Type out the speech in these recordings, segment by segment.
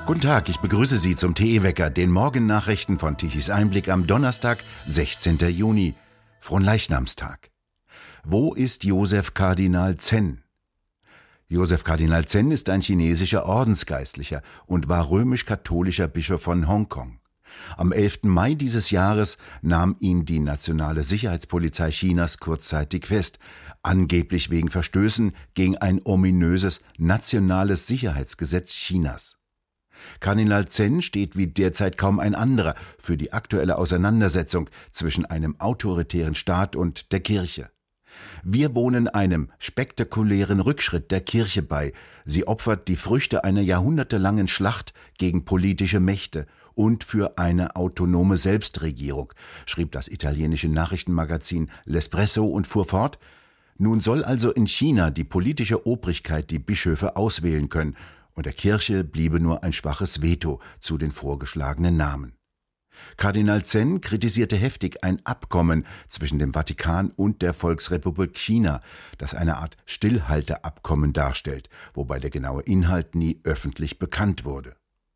Guten Tag, ich begrüße Sie zum TE-Wecker, den Morgennachrichten von Tichys Einblick am Donnerstag, 16. Juni, Fronleichnamstag. Wo ist Josef Kardinal Zen? Josef Kardinal Zen ist ein chinesischer Ordensgeistlicher und war römisch-katholischer Bischof von Hongkong. Am 11. Mai dieses Jahres nahm ihn die Nationale Sicherheitspolizei Chinas kurzzeitig fest, angeblich wegen Verstößen gegen ein ominöses nationales Sicherheitsgesetz Chinas. Kardinal Zen steht wie derzeit kaum ein anderer für die aktuelle Auseinandersetzung zwischen einem autoritären Staat und der Kirche. Wir wohnen einem spektakulären Rückschritt der Kirche bei. Sie opfert die Früchte einer jahrhundertelangen Schlacht gegen politische Mächte und für eine autonome Selbstregierung, schrieb das italienische Nachrichtenmagazin L'Espresso und fuhr fort: Nun soll also in China die politische Obrigkeit die Bischöfe auswählen können, und der Kirche bliebe nur ein schwaches Veto zu den vorgeschlagenen Namen. Kardinal Zen kritisierte heftig ein Abkommen zwischen dem Vatikan und der Volksrepublik China, das eine Art Stillhalteabkommen darstellt, wobei der genaue Inhalt nie öffentlich bekannt wurde.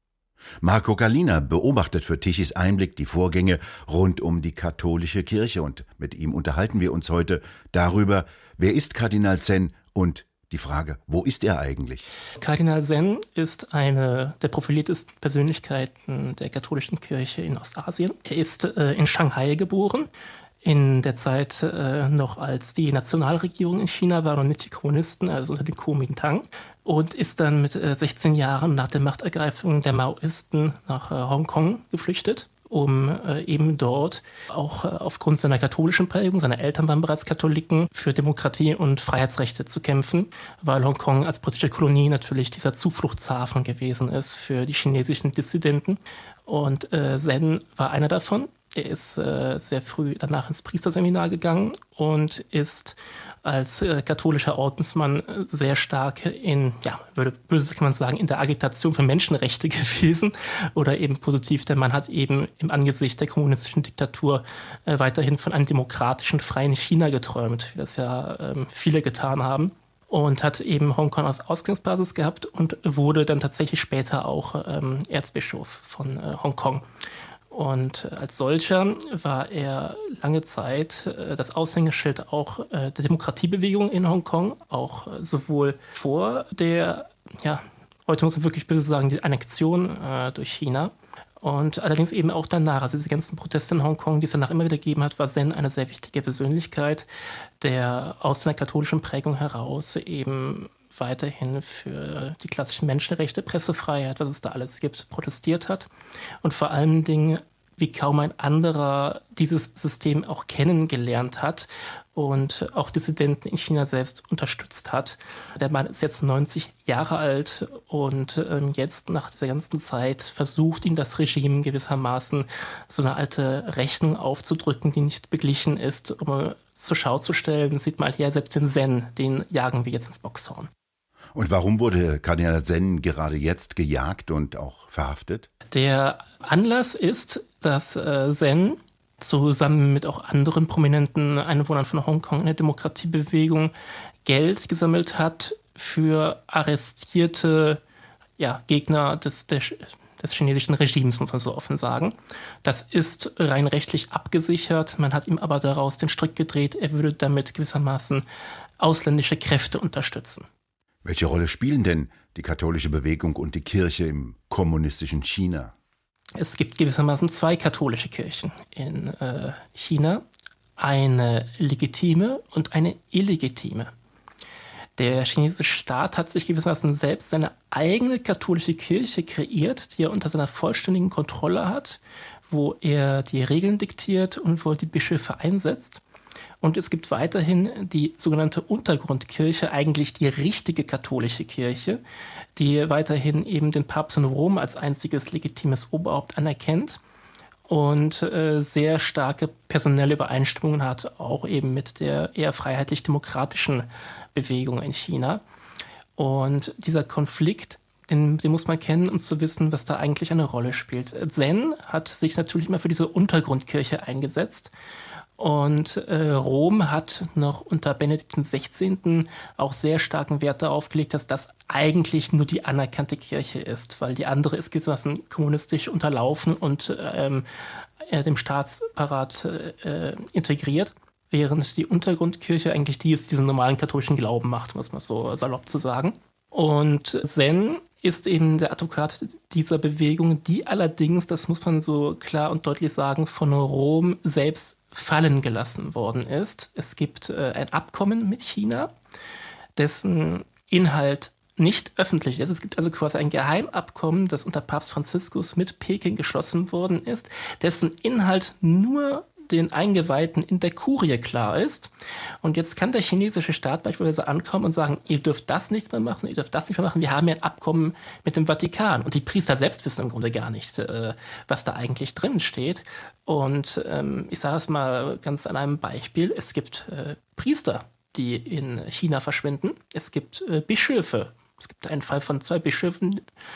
Marco Gallina beobachtet für Tichys Einblick die Vorgänge rund um die katholische Kirche, und mit ihm unterhalten wir uns heute darüber, wer ist Kardinal Zen und die Frage, wo ist er eigentlich? Kardinal Zen ist eine der profiliertesten Persönlichkeiten der katholischen Kirche in Ostasien. Er ist in Shanghai geboren, in der Zeit noch als die Nationalregierung in China war und nicht die Kommunisten, also unter dem Kuomintang, und ist dann mit 16 Jahren nach der Machtergreifung der Maoisten nach Hongkong geflüchtet, um eben dort auch aufgrund seiner katholischen Prägung, seine Eltern waren bereits Katholiken, für Demokratie und Freiheitsrechte zu kämpfen, weil Hongkong als britische Kolonie natürlich dieser Zufluchtshafen gewesen ist für die chinesischen Dissidenten. Und Zen war einer davon. Er ist sehr früh danach ins Priesterseminar gegangen und ist als katholischer Ordensmann sehr stark in, würde böse kann man sagen, in der Agitation für Menschenrechte gewesen. Oder eben positiv, der Mann hat eben im Angesicht der kommunistischen Diktatur weiterhin von einem demokratischen, freien China geträumt, wie das ja viele getan haben. Und hat eben Hongkong als Ausgangsbasis gehabt und wurde dann tatsächlich später auch Erzbischof von Hongkong. Und als solcher war er lange Zeit das Aushängeschild auch der Demokratiebewegung in Hongkong, auch sowohl vor der, heute muss man wirklich böse sagen, die Annexion durch China. Und allerdings eben auch danach, also diese ganzen Proteste in Hongkong, die es danach immer wieder gegeben hat, war Zen eine sehr wichtige Persönlichkeit, der aus einer katholischen Prägung heraus eben weiterhin für die klassischen Menschenrechte, Pressefreiheit, was es da alles gibt, protestiert hat und vor allen Dingen wie kaum ein anderer dieses System auch kennengelernt hat und auch Dissidenten in China selbst unterstützt hat. Der Mann ist jetzt 90 Jahre alt und jetzt nach dieser ganzen Zeit versucht ihn das Regime gewissermaßen so eine alte Rechnung aufzudrücken, die nicht beglichen ist, um zur Schau zu stellen. Sieht mal hier, selbst den Zen, den jagen wir jetzt ins Boxhorn. Und warum wurde Kardinal Zen gerade jetzt gejagt und auch verhaftet? Der Anlass ist, dass Zen zusammen mit auch anderen prominenten Einwohnern von Hongkong in der Demokratiebewegung Geld gesammelt hat für arrestierte Gegner des chinesischen Regimes, muss man so offen sagen. Das ist rein rechtlich abgesichert. Man hat ihm aber daraus den Strick gedreht, er würde damit gewissermaßen ausländische Kräfte unterstützen. Welche Rolle spielen denn die katholische Bewegung und die Kirche im kommunistischen China? Es gibt gewissermaßen zwei katholische Kirchen in China, eine legitime und eine illegitime. Der chinesische Staat hat sich gewissermaßen selbst seine eigene katholische Kirche kreiert, die er unter seiner vollständigen Kontrolle hat, wo er die Regeln diktiert und wo er die Bischöfe einsetzt. Und es gibt weiterhin die sogenannte Untergrundkirche, eigentlich die richtige katholische Kirche, die weiterhin eben den Papst in Rom als einziges legitimes Oberhaupt anerkennt und sehr starke personelle Übereinstimmungen hat, auch eben mit der eher freiheitlich-demokratischen Bewegung in China. Und dieser Konflikt, den muss man kennen, um zu wissen, was da eigentlich eine Rolle spielt. Zen hat sich natürlich immer für diese Untergrundkirche eingesetzt. Und Rom hat noch unter Benedikt XVI. Auch sehr starken Wert darauf gelegt, dass das eigentlich nur die anerkannte Kirche ist, weil die andere ist gewissermaßen kommunistisch unterlaufen und dem Staatsapparat integriert, während die Untergrundkirche eigentlich die ist, die diesen normalen katholischen Glauben macht, muss man so salopp zu sagen. Und Zen ist eben der Advokat dieser Bewegung, die allerdings, das muss man so klar und deutlich sagen, von Rom selbst fallen gelassen worden ist. Es gibt ein Abkommen mit China, dessen Inhalt nicht öffentlich ist. Es gibt also quasi ein Geheimabkommen, das unter Papst Franziskus mit Peking geschlossen worden ist, dessen Inhalt nur den Eingeweihten in der Kurie klar ist. Und jetzt kann der chinesische Staat beispielsweise ankommen und sagen, ihr dürft das nicht mehr machen, ihr dürft das nicht mehr machen, wir haben ja ein Abkommen mit dem Vatikan. Und die Priester selbst wissen im Grunde gar nicht, was da eigentlich drin steht. Und ich sage es mal ganz an einem Beispiel, es gibt Priester, die in China verschwinden. Es gibt Bischöfe. Es gibt einen Fall von 2 Bischöfen,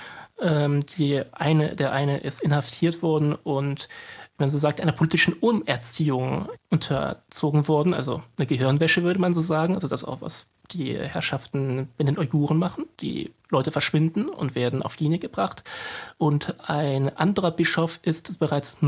der eine ist inhaftiert worden und, wie man so sagt, einer politischen Umerziehung unterzogen worden. Also eine Gehirnwäsche, würde man so sagen. Also das auch, was die Herrschaften in den Uiguren machen. Die Leute verschwinden und werden auf Linie gebracht. Und ein anderer Bischof ist bereits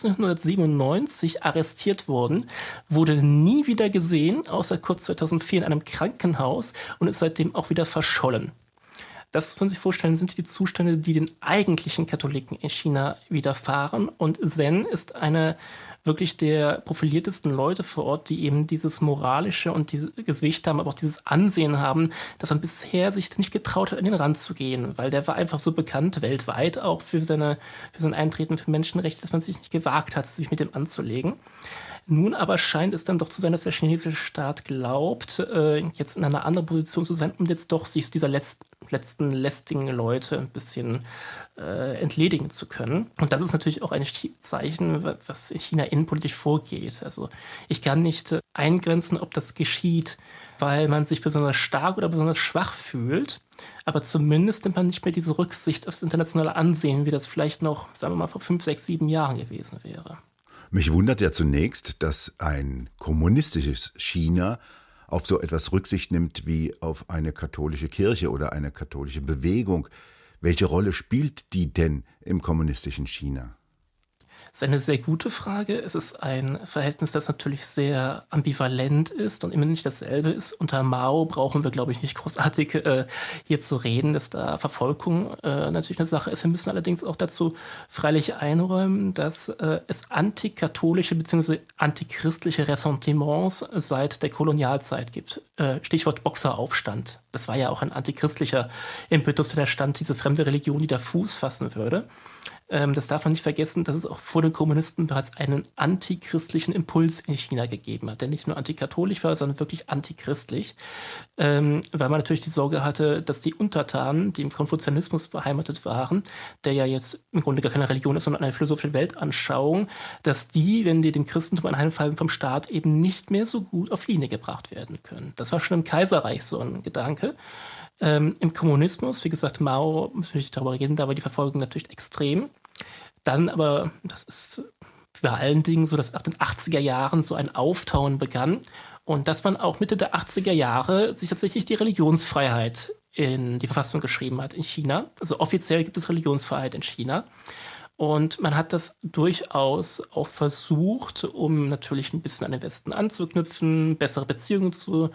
1997 arrestiert worden, wurde nie wieder gesehen, außer kurz 2004 in einem Krankenhaus und ist seitdem auch wieder verschollen. Das muss man sich vorstellen, sind die Zustände, die den eigentlichen Katholiken in China widerfahren. Und Zen ist einer wirklich der profiliertesten Leute vor Ort, die eben dieses moralische und dieses Gewicht haben, aber auch dieses Ansehen haben, dass man bisher sich nicht getraut hat, an den Rand zu gehen. Weil der war einfach so bekannt, weltweit auch für sein Eintreten für Menschenrechte, dass man sich nicht gewagt hat, sich mit dem anzulegen. Nun aber scheint es dann doch zu sein, dass der chinesische Staat glaubt, jetzt in einer anderen Position zu sein, um jetzt doch sich dieser letzten lästigen Leute ein bisschen entledigen zu können. Und das ist natürlich auch ein Zeichen, was in China innenpolitisch vorgeht. Also ich kann nicht eingrenzen, ob das geschieht, weil man sich besonders stark oder besonders schwach fühlt. Aber zumindest nimmt man nicht mehr diese Rücksicht auf das internationale Ansehen, wie das vielleicht noch, sagen wir mal, vor 5, 6, 7 Jahren gewesen wäre. Mich wundert ja zunächst, dass ein kommunistisches China auf so etwas Rücksicht nimmt wie auf eine katholische Kirche oder eine katholische Bewegung. Welche Rolle spielt die denn im kommunistischen China? Das ist eine sehr gute Frage. Es ist ein Verhältnis, das natürlich sehr ambivalent ist und immer nicht dasselbe ist. Unter Mao brauchen wir, glaube ich, nicht großartig hier zu reden, dass da Verfolgung natürlich eine Sache ist. Wir müssen allerdings auch dazu freilich einräumen, dass es antikatholische bzw. antichristliche Ressentiments seit der Kolonialzeit gibt. Stichwort Boxeraufstand. Das war ja auch ein antichristlicher Impetus, der stand, diese fremde Religion, die da Fuß fassen würde. Das darf man nicht vergessen, dass es auch vor den Kommunisten bereits einen antichristlichen Impuls in China gegeben hat, der nicht nur antikatholisch war, sondern wirklich antichristlich, weil man natürlich die Sorge hatte, dass die Untertanen, die im Konfuzianismus beheimatet waren, der ja jetzt im Grunde gar keine Religion ist, sondern eine philosophische Weltanschauung, dass die, wenn die dem Christentum anheimfallen vom Staat, eben nicht mehr so gut auf Linie gebracht werden können. Das war schon im Kaiserreich so ein Gedanke. Im Kommunismus, wie gesagt, Mao, müssen wir nicht darüber reden, da war die Verfolgung natürlich extrem. Dann aber, das ist bei allen Dingen so, dass ab den 80er Jahren so ein Auftauen begann und dass man auch Mitte der 80er Jahre sich tatsächlich die Religionsfreiheit in die Verfassung geschrieben hat in China. Also offiziell gibt es Religionsfreiheit in China. Und man hat das durchaus auch versucht, um natürlich ein bisschen an den Westen anzuknüpfen, bessere Beziehungen zu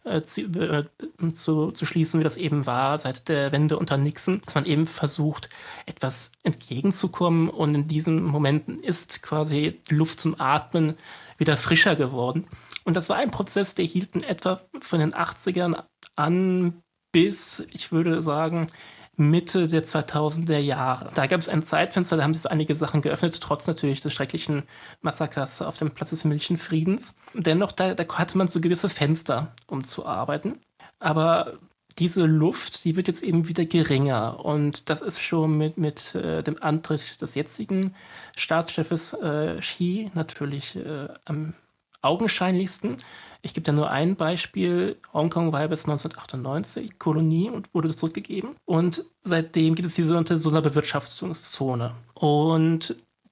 schließen, wie das eben war seit der Wende unter Nixon, dass man eben versucht, etwas entgegenzukommen. Und in diesen Momenten ist quasi die Luft zum Atmen wieder frischer geworden. Und das war ein Prozess, der hielt in etwa von den 80ern an bis, ich würde sagen, Mitte der 2000er Jahre. Da gab es ein Zeitfenster, da haben sich so einige Sachen geöffnet, trotz natürlich des schrecklichen Massakers auf dem Platz des Himmlischen Friedens. Dennoch, da hatte man so gewisse Fenster, um zu arbeiten. Aber diese Luft, die wird jetzt eben wieder geringer. Und das ist schon mit dem Antritt des jetzigen Staatschefes Xi natürlich am augenscheinlichsten. Ich gebe da nur ein Beispiel. Hongkong war ja bis 1998 Kolonie und wurde zurückgegeben. Und seitdem gibt es die sogenannte Sonderbewirtschaftungszone. Und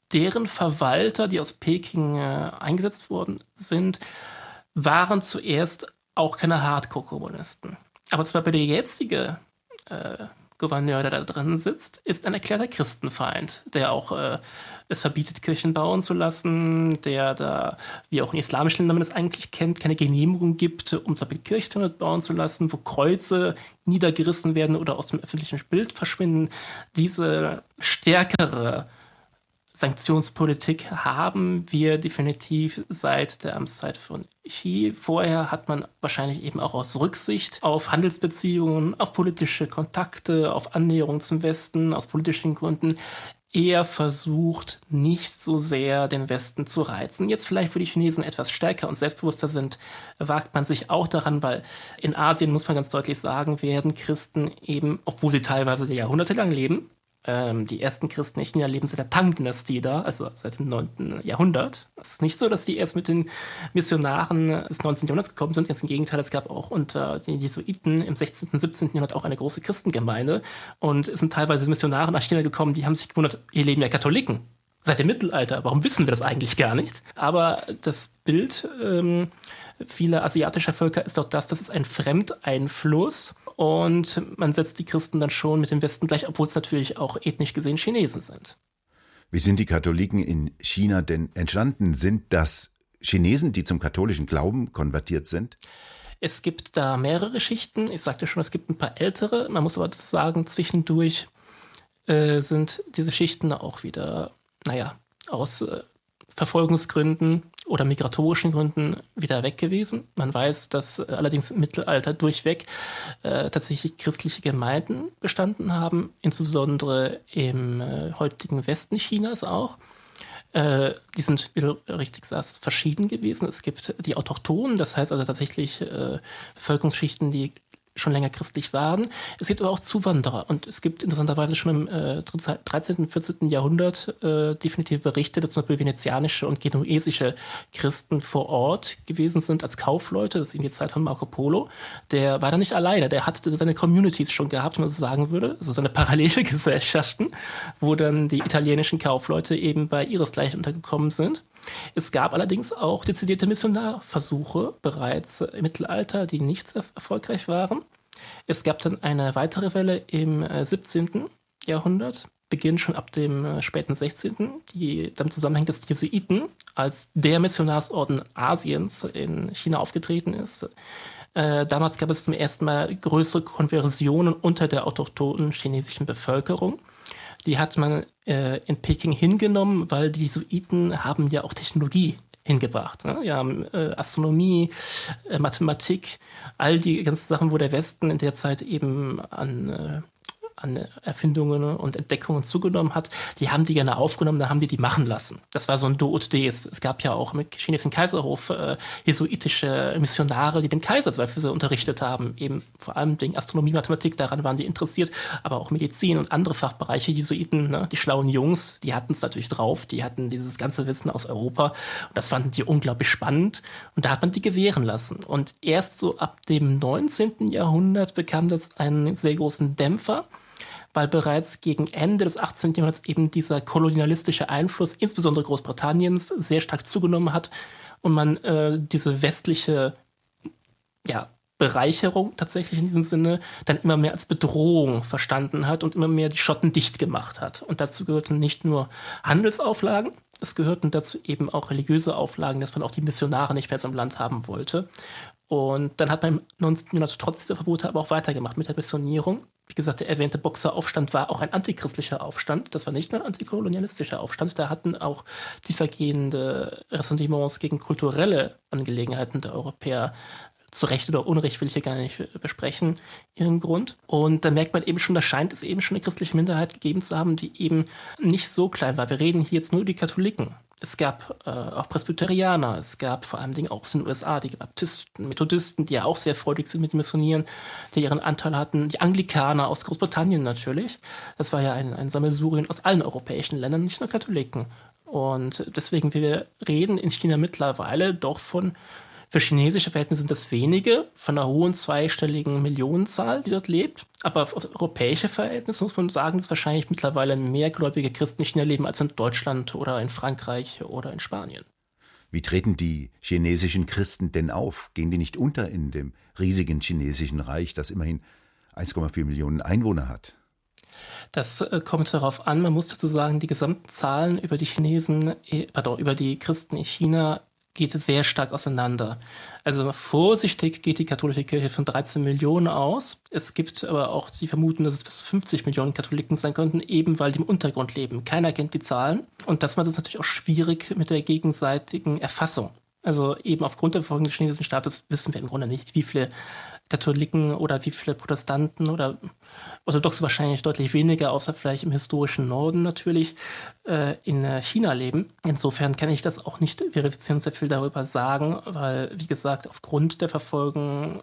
deren Verwalter, die aus Peking eingesetzt worden sind, waren zuerst auch keine Hardcore-Kommunisten. Aber zum Beispiel der jetzige Gouverneur, der da drin sitzt, ist ein erklärter Christenfeind, der auch es verbietet, Kirchen bauen zu lassen, der da, wie auch in islamischen Ländern man es eigentlich kennt, keine Genehmigung gibt, um zum Beispiel Kirchtürme bauen zu lassen, wo Kreuze niedergerissen werden oder aus dem öffentlichen Bild verschwinden. Diese stärkere Sanktionspolitik haben wir definitiv seit der Amtszeit von Xi. Vorher hat man wahrscheinlich eben auch aus Rücksicht auf Handelsbeziehungen, auf politische Kontakte, auf Annäherung zum Westen, aus politischen Gründen eher versucht, nicht so sehr den Westen zu reizen. Jetzt vielleicht, wo die Chinesen etwas stärker und selbstbewusster sind, wagt man sich auch daran, weil in Asien, muss man ganz deutlich sagen, werden Christen eben, obwohl sie teilweise jahrhundertelang leben, die ersten Christen in China leben seit der Tang-Dynastie da, also seit dem 9. Jahrhundert. Es ist nicht so, dass die erst mit den Missionaren des 19. Jahrhunderts gekommen sind. Ganz im Gegenteil, es gab auch unter den Jesuiten im 16. und 17. Jahrhundert auch eine große Christengemeinde. Und es sind teilweise Missionare nach China gekommen, die haben sich gewundert, hier leben ja Katholiken. Seit dem Mittelalter. Warum wissen wir das eigentlich gar nicht? Aber das Bild vieler asiatischer Völker ist doch das ist ein Fremdeinfluss. Und man setzt die Christen dann schon mit dem Westen gleich, obwohl es natürlich auch ethnisch gesehen Chinesen sind. Wie sind die Katholiken in China denn entstanden? Sind das Chinesen, die zum katholischen Glauben konvertiert sind? Es gibt da mehrere Schichten. Ich sagte schon, es gibt ein paar ältere. Man muss aber sagen, zwischendurch sind diese Schichten auch wieder, aus Verfolgungsgründen oder migratorischen Gründen wieder weg gewesen. Man weiß, dass allerdings im Mittelalter durchweg tatsächlich christliche Gemeinden bestanden haben, insbesondere im heutigen Westen Chinas auch. Die sind, wie du richtig sagst, verschieden gewesen. Es gibt die Autochthonen, das heißt also tatsächlich Bevölkerungsschichten, die schon länger christlich waren. Es gibt aber auch Zuwanderer und es gibt interessanterweise schon im 13. und 14. Jahrhundert definitive Berichte, dass zum Beispiel venezianische und genuesische Christen vor Ort gewesen sind als Kaufleute. Das ist in die Zeit von Marco Polo. Der war da nicht alleine, der hatte seine Communities schon gehabt, wenn man so sagen würde, also seine parallele Gesellschaften, wo dann die italienischen Kaufleute eben bei ihresgleichen untergekommen sind. Es gab allerdings auch dezidierte Missionarversuche bereits im Mittelalter, die nicht sehr erfolgreich waren. Es gab dann eine weitere Welle im 17. Jahrhundert, beginnt schon ab dem späten 16., die damit zusammenhängt, dass die Jesuiten als der Missionarsorden Asiens in China aufgetreten ist. Damals gab es zum ersten Mal größere Konversionen unter der autochthonen chinesischen Bevölkerung. Die hat man in Peking hingenommen, weil die Jesuiten haben ja auch Technologie hingebracht. Ne? Die haben Astronomie, Mathematik, all die ganzen Sachen, wo der Westen in der Zeit eben an Erfindungen und Entdeckungen zugenommen hat, die haben die gerne aufgenommen, da haben die machen lassen. Das war so ein Do ut des. Es gab ja auch im chinesischen Kaiserhof jesuitische Missionare, die den Kaiser zweifelsohne unterrichtet haben, eben vor allem wegen Astronomie, Mathematik, daran waren die interessiert, aber auch Medizin und andere Fachbereiche. Jesuiten, ne, die schlauen Jungs, die hatten es natürlich drauf, die hatten dieses ganze Wissen aus Europa und das fanden die unglaublich spannend und da hat man die gewähren lassen. Und erst so ab dem 19. Jahrhundert bekam das einen sehr großen Dämpfer, weil bereits gegen Ende des 18. Jahrhunderts eben dieser kolonialistische Einfluss, insbesondere Großbritanniens, sehr stark zugenommen hat und man diese westliche Bereicherung tatsächlich in diesem Sinne dann immer mehr als Bedrohung verstanden hat und immer mehr die Schotten dicht gemacht hat. Und dazu gehörten nicht nur Handelsauflagen, es gehörten dazu eben auch religiöse Auflagen, dass man auch die Missionare nicht mehr so im Land haben wollte. Und dann hat man im 19. Jahrhundert trotz dieser Verbote aber auch weitergemacht mit der Missionierung. Wie gesagt, der erwähnte Boxeraufstand war auch ein antichristlicher Aufstand. Das war nicht nur ein antikolonialistischer Aufstand. Da hatten auch tiefergehende Ressentiments gegen kulturelle Angelegenheiten der Europäer, zu Recht oder Unrecht will ich hier gar nicht besprechen, ihren Grund. Und da merkt man eben schon, da scheint es eben schon eine christliche Minderheit gegeben zu haben, die eben nicht so klein war. Wir reden hier jetzt nur über die Katholiken. Es gab auch Presbyterianer, es gab vor allem Dingen auch aus den USA die Baptisten, Methodisten, die ja auch sehr freudig sind mit dem Missionieren, die ihren Anteil hatten, die Anglikaner aus Großbritannien natürlich. Das war ja ein Sammelsurium aus allen europäischen Ländern, nicht nur Katholiken. Und deswegen, wir reden in China mittlerweile doch von Für chinesische Verhältnisse sind das wenige, von einer hohen zweistelligen Millionenzahl, die dort lebt. Aber auf europäische Verhältnisse muss man sagen, dass wahrscheinlich mittlerweile mehr gläubige Christen in China leben als in Deutschland oder in Frankreich oder in Spanien. Wie treten die chinesischen Christen denn auf? Gehen die nicht unter in dem riesigen chinesischen Reich, das immerhin 1,4 Millionen Einwohner hat? Das kommt darauf an. Man muss dazu sagen, die gesamten Zahlen über über die Christen in China geht sehr stark auseinander. Also vorsichtig geht die katholische Kirche von 13 Millionen aus. Es gibt aber auch die Vermutung, dass es bis zu 50 Millionen Katholiken sein könnten, eben weil die im Untergrund leben. Keiner kennt die Zahlen. Und das macht es natürlich auch schwierig mit der gegenseitigen Erfassung. Also eben aufgrund der Verfolgung des chinesischen Staates wissen wir im Grunde nicht, wie viele Katholiken oder wie viele Protestanten oder Orthodoxe wahrscheinlich deutlich weniger, außer vielleicht im historischen Norden natürlich, in China leben. Insofern kann ich das auch nicht verifizieren und sehr viel darüber sagen, weil, wie gesagt, aufgrund der Verfolgung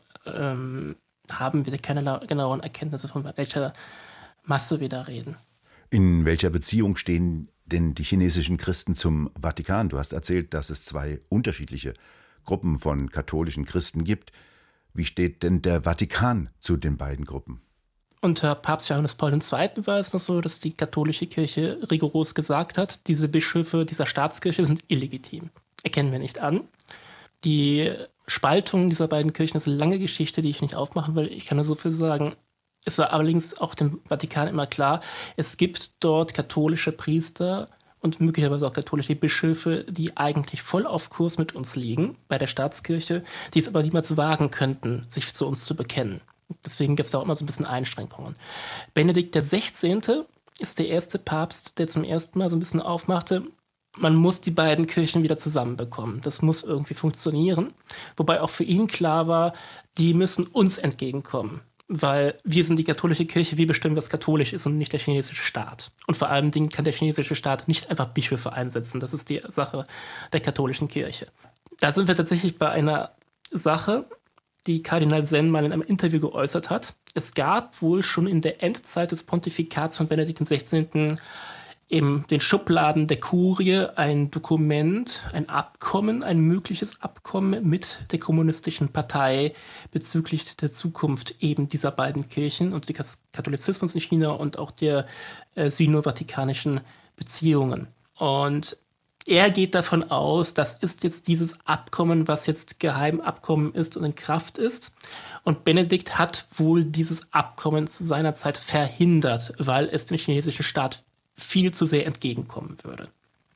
haben wir keine genaueren Erkenntnisse, von welcher Masse wir da reden. In welcher Beziehung stehen denn die chinesischen Christen zum Vatikan? Du hast erzählt, dass es 2 unterschiedliche Gruppen von katholischen Christen gibt. Wie steht denn der Vatikan zu den beiden Gruppen? Unter Papst Johannes Paul II. War es noch so, dass die katholische Kirche rigoros gesagt hat, diese Bischöfe dieser Staatskirche sind illegitim. Erkennen wir nicht an. Die Spaltung dieser beiden Kirchen ist eine lange Geschichte, die ich nicht aufmachen will. Ich kann nur so viel sagen. Es war allerdings auch dem Vatikan immer klar, es gibt dort katholische Priester und möglicherweise auch katholische Bischöfe, die eigentlich voll auf Kurs mit uns liegen bei der Staatskirche, die es aber niemals wagen könnten, sich zu uns zu bekennen. Deswegen gibt es da auch immer so ein bisschen Einschränkungen. Benedikt XVI. Ist der erste Papst, der zum ersten Mal so ein bisschen aufmachte, man muss die beiden Kirchen wieder zusammenbekommen. Das muss irgendwie funktionieren. Wobei auch für ihn klar war, die müssen uns entgegenkommen. Weil wir sind die katholische Kirche, wir bestimmen, was katholisch ist und nicht der chinesische Staat. Und vor allem kann der chinesische Staat nicht einfach Bischöfe einsetzen. Das ist die Sache der katholischen Kirche. Da sind wir tatsächlich bei einer Sache, die Kardinal Zen mal in einem Interview geäußert hat. Es gab wohl schon in der Endzeit des Pontifikats von Benedikt XVI. In den Schubladen der Kurie ein Dokument, ein Abkommen, ein mögliches Abkommen mit der kommunistischen Partei bezüglich der Zukunft eben dieser beiden Kirchen und des Katholizismus in China und auch der sino-vatikanischen Beziehungen. Und er geht davon aus, das ist jetzt dieses Abkommen, was jetzt Geheimabkommen ist und in Kraft ist. Und Benedikt hat wohl dieses Abkommen zu seiner Zeit verhindert, weil es dem chinesischen Staat viel zu sehr entgegenkommen würde.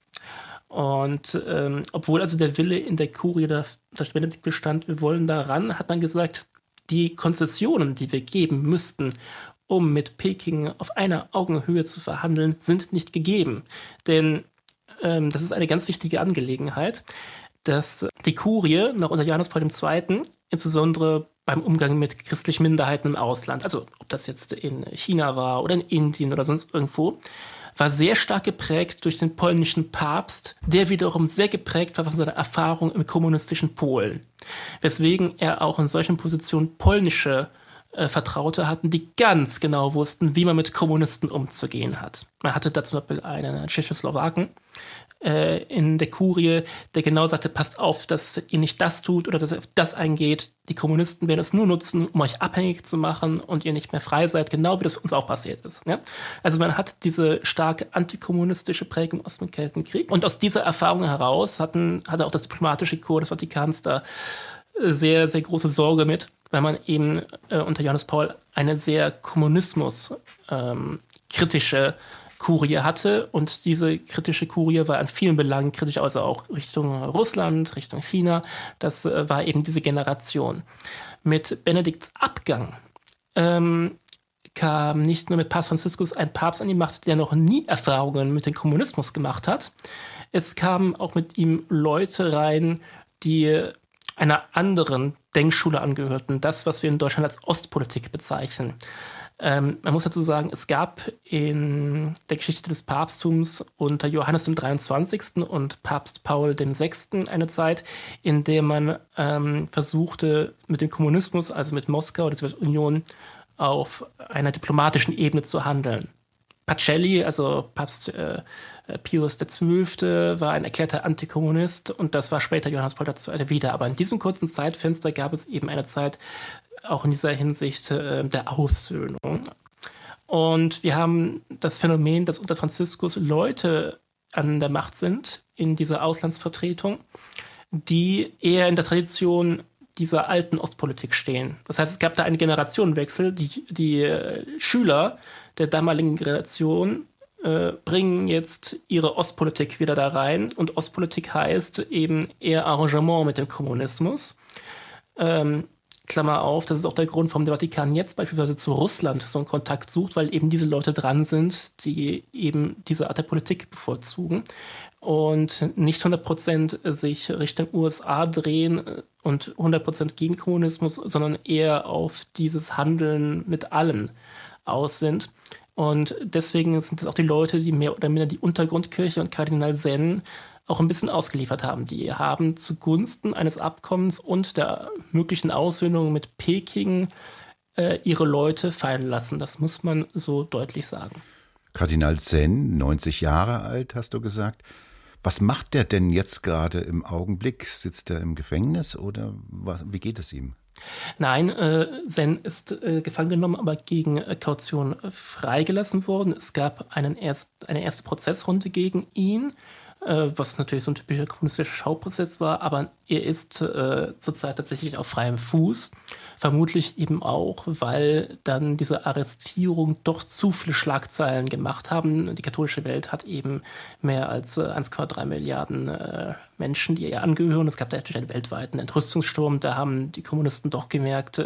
Und obwohl also der Wille in der Kurie der Benedikt bestand, wir wollen daran, hat man gesagt, die Konzessionen, die wir geben müssten, um mit Peking auf einer Augenhöhe zu verhandeln, sind nicht gegeben. Denn das ist eine ganz wichtige Angelegenheit, dass die Kurie noch unter Johannes Paul II. Insbesondere beim Umgang mit christlichen Minderheiten im Ausland, also ob das jetzt in China war oder in Indien oder sonst irgendwo, war sehr stark geprägt durch den polnischen Papst, der wiederum sehr geprägt war von seiner Erfahrung im kommunistischen Polen. Weswegen er auch in solchen Positionen polnische Vertraute hatten, die ganz genau wussten, wie man mit Kommunisten umzugehen hat. Man hatte da zum Beispiel einen Tschechoslowaken in der Kurie, der genau sagte, passt auf, dass ihr nicht das tut oder dass ihr auf das eingeht. Die Kommunisten werden es nur nutzen, um euch abhängig zu machen und ihr nicht mehr frei seid, genau wie das für uns auch passiert ist. Ja? Also man hat diese starke antikommunistische Prägung aus dem Kalten Krieg. Und aus dieser Erfahrung heraus hatte auch das diplomatische Korps des Vatikans da sehr, sehr große Sorge mit, weil man eben unter Johannes Paul eine sehr kommunismus-kritische Kurie hatte. Und diese kritische Kurie war an vielen Belangen kritisch, also auch Richtung Russland, Richtung China. Das war eben diese Generation. Mit Benedikts Abgang kam nicht nur mit Papst Franziskus ein Papst an die Macht, der noch nie Erfahrungen mit dem Kommunismus gemacht hat. Es kamen auch mit ihm Leute rein, die einer anderen Denkschule angehörten. Das, was wir in Deutschland als Ostpolitik bezeichnen. Man muss dazu sagen, es gab in der Geschichte des Papsttums unter Johannes dem 23. und Papst Paul dem 6. eine Zeit, in der man versuchte, mit dem Kommunismus, also mit Moskau oder der Sowjetunion, auf einer diplomatischen Ebene zu handeln. Pacelli, also Papst Pius XII., war ein erklärter Antikommunist und das war später Johannes Paul II. Wieder. Aber in diesem kurzen Zeitfenster gab es eben eine Zeit, auch in dieser Hinsicht der Aussöhnung. Und wir haben das Phänomen, dass unter Franziskus Leute an der Macht sind in dieser Auslandsvertretung, die eher in der Tradition dieser alten Ostpolitik stehen. Das heißt, es gab da einen Generationenwechsel. Die Schüler der damaligen Generation bringen jetzt ihre Ostpolitik wieder da rein. Und Ostpolitik heißt eben eher Arrangement mit dem Kommunismus. Klammer auf, das ist auch der Grund, warum der Vatikan jetzt beispielsweise zu Russland so einen Kontakt sucht, weil eben diese Leute dran sind, die eben diese Art der Politik bevorzugen und nicht 100% sich Richtung USA drehen und 100% gegen Kommunismus, sondern eher auf dieses Handeln mit allen aus sind. Und deswegen sind es auch die Leute, die mehr oder minder die Untergrundkirche und Kardinal Zen auch ein bisschen ausgeliefert haben. Die haben zugunsten eines Abkommens und der möglichen Aussöhnung mit Peking ihre Leute fallen lassen. Das muss man so deutlich sagen. Kardinal Zen, 90 Jahre alt, hast du gesagt. Was macht der denn jetzt gerade im Augenblick? Sitzt er im Gefängnis oder wie geht es ihm? Nein, Zen ist gefangen genommen, aber gegen Kaution freigelassen worden. Es gab eine erste Prozessrunde gegen ihn, was natürlich so ein typischer kommunistischer Schauprozess war, aber er ist zurzeit tatsächlich auf freiem Fuß. Vermutlich eben auch, weil dann diese Arrestierung doch zu viele Schlagzeilen gemacht haben. Die katholische Welt hat eben mehr als 1,3 Milliarden Menschen, die ihr angehören. Es gab da natürlich einen weltweiten Entrüstungssturm. Da haben die Kommunisten doch gemerkt,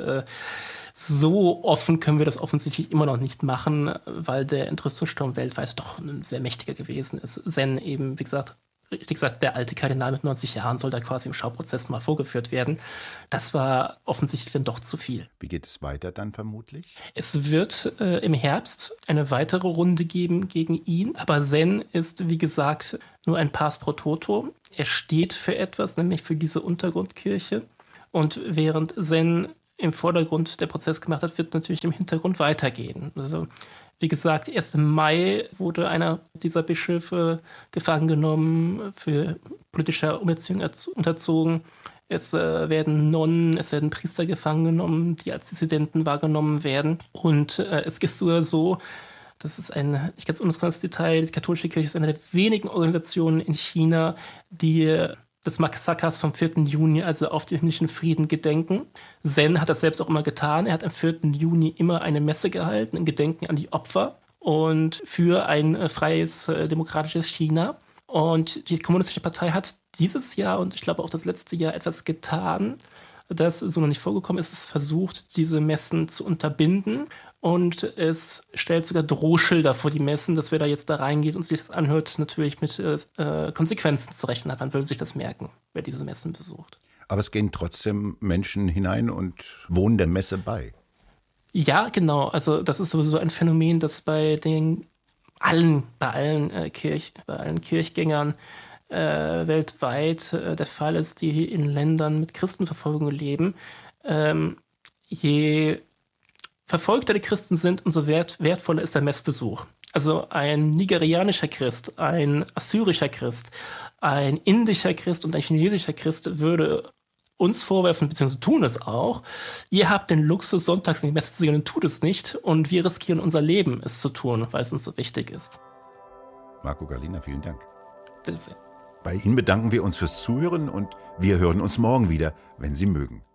so offen können wir das offensichtlich immer noch nicht machen, weil der Entrüstungssturm weltweit doch ein sehr mächtiger gewesen ist. Zen eben, wie gesagt, der alte Kardinal mit 90 Jahren soll da quasi im Schauprozess mal vorgeführt werden. Das war offensichtlich dann doch zu viel. Wie geht es weiter dann vermutlich? Es wird im Herbst eine weitere Runde geben gegen ihn. Aber Zen ist, wie gesagt, nur ein Pars pro toto. Er steht für etwas, nämlich für diese Untergrundkirche. Und während Zen im Vordergrund der Prozess gemacht hat, wird natürlich im Hintergrund weitergehen. Also wie gesagt, erst im Mai wurde einer dieser Bischöfe gefangen genommen, für politische Umerziehung unterzogen. Es werden Nonnen, es werden Priester gefangen genommen, die als Dissidenten wahrgenommen werden. Und es ist sogar so, das ist ein nicht ganz uninteressantes Detail, die katholische Kirche ist eine der wenigen Organisationen in China, die des Massakers vom 4. Juni, also auf den himmlischen Frieden, gedenken. Zen hat das selbst auch immer getan. Er hat am 4. Juni immer eine Messe gehalten, in Gedenken an die Opfer und für ein freies, demokratisches China. Und die Kommunistische Partei hat dieses Jahr und ich glaube auch das letzte Jahr etwas getan, das so noch nicht vorgekommen ist. Es versucht, diese Messen zu unterbinden. Und es stellt sogar Drohschilder vor die Messen, dass wer da jetzt da reingeht und sich das anhört, natürlich mit Konsequenzen zu rechnen hat. Man würde sich das merken, wer diese Messen besucht. Aber es gehen trotzdem Menschen hinein und wohnen der Messe bei. Ja, genau. Also das ist sowieso ein Phänomen, das bei allen Kirchgängern weltweit der Fall ist, die in Ländern mit Christenverfolgung leben. Je verfolgter die Christen sind, umso wertvoller ist der Messbesuch. Also ein nigerianischer Christ, ein assyrischer Christ, ein indischer Christ und ein chinesischer Christ würde uns vorwerfen, beziehungsweise tun es auch, ihr habt den Luxus, sonntags in die Messe zu gehen und tut es nicht und wir riskieren unser Leben, es zu tun, weil es uns so wichtig ist. Marco Gallina, vielen Dank. Bitte sehr. Bei Ihnen bedanken wir uns fürs Zuhören und wir hören uns morgen wieder, wenn Sie mögen.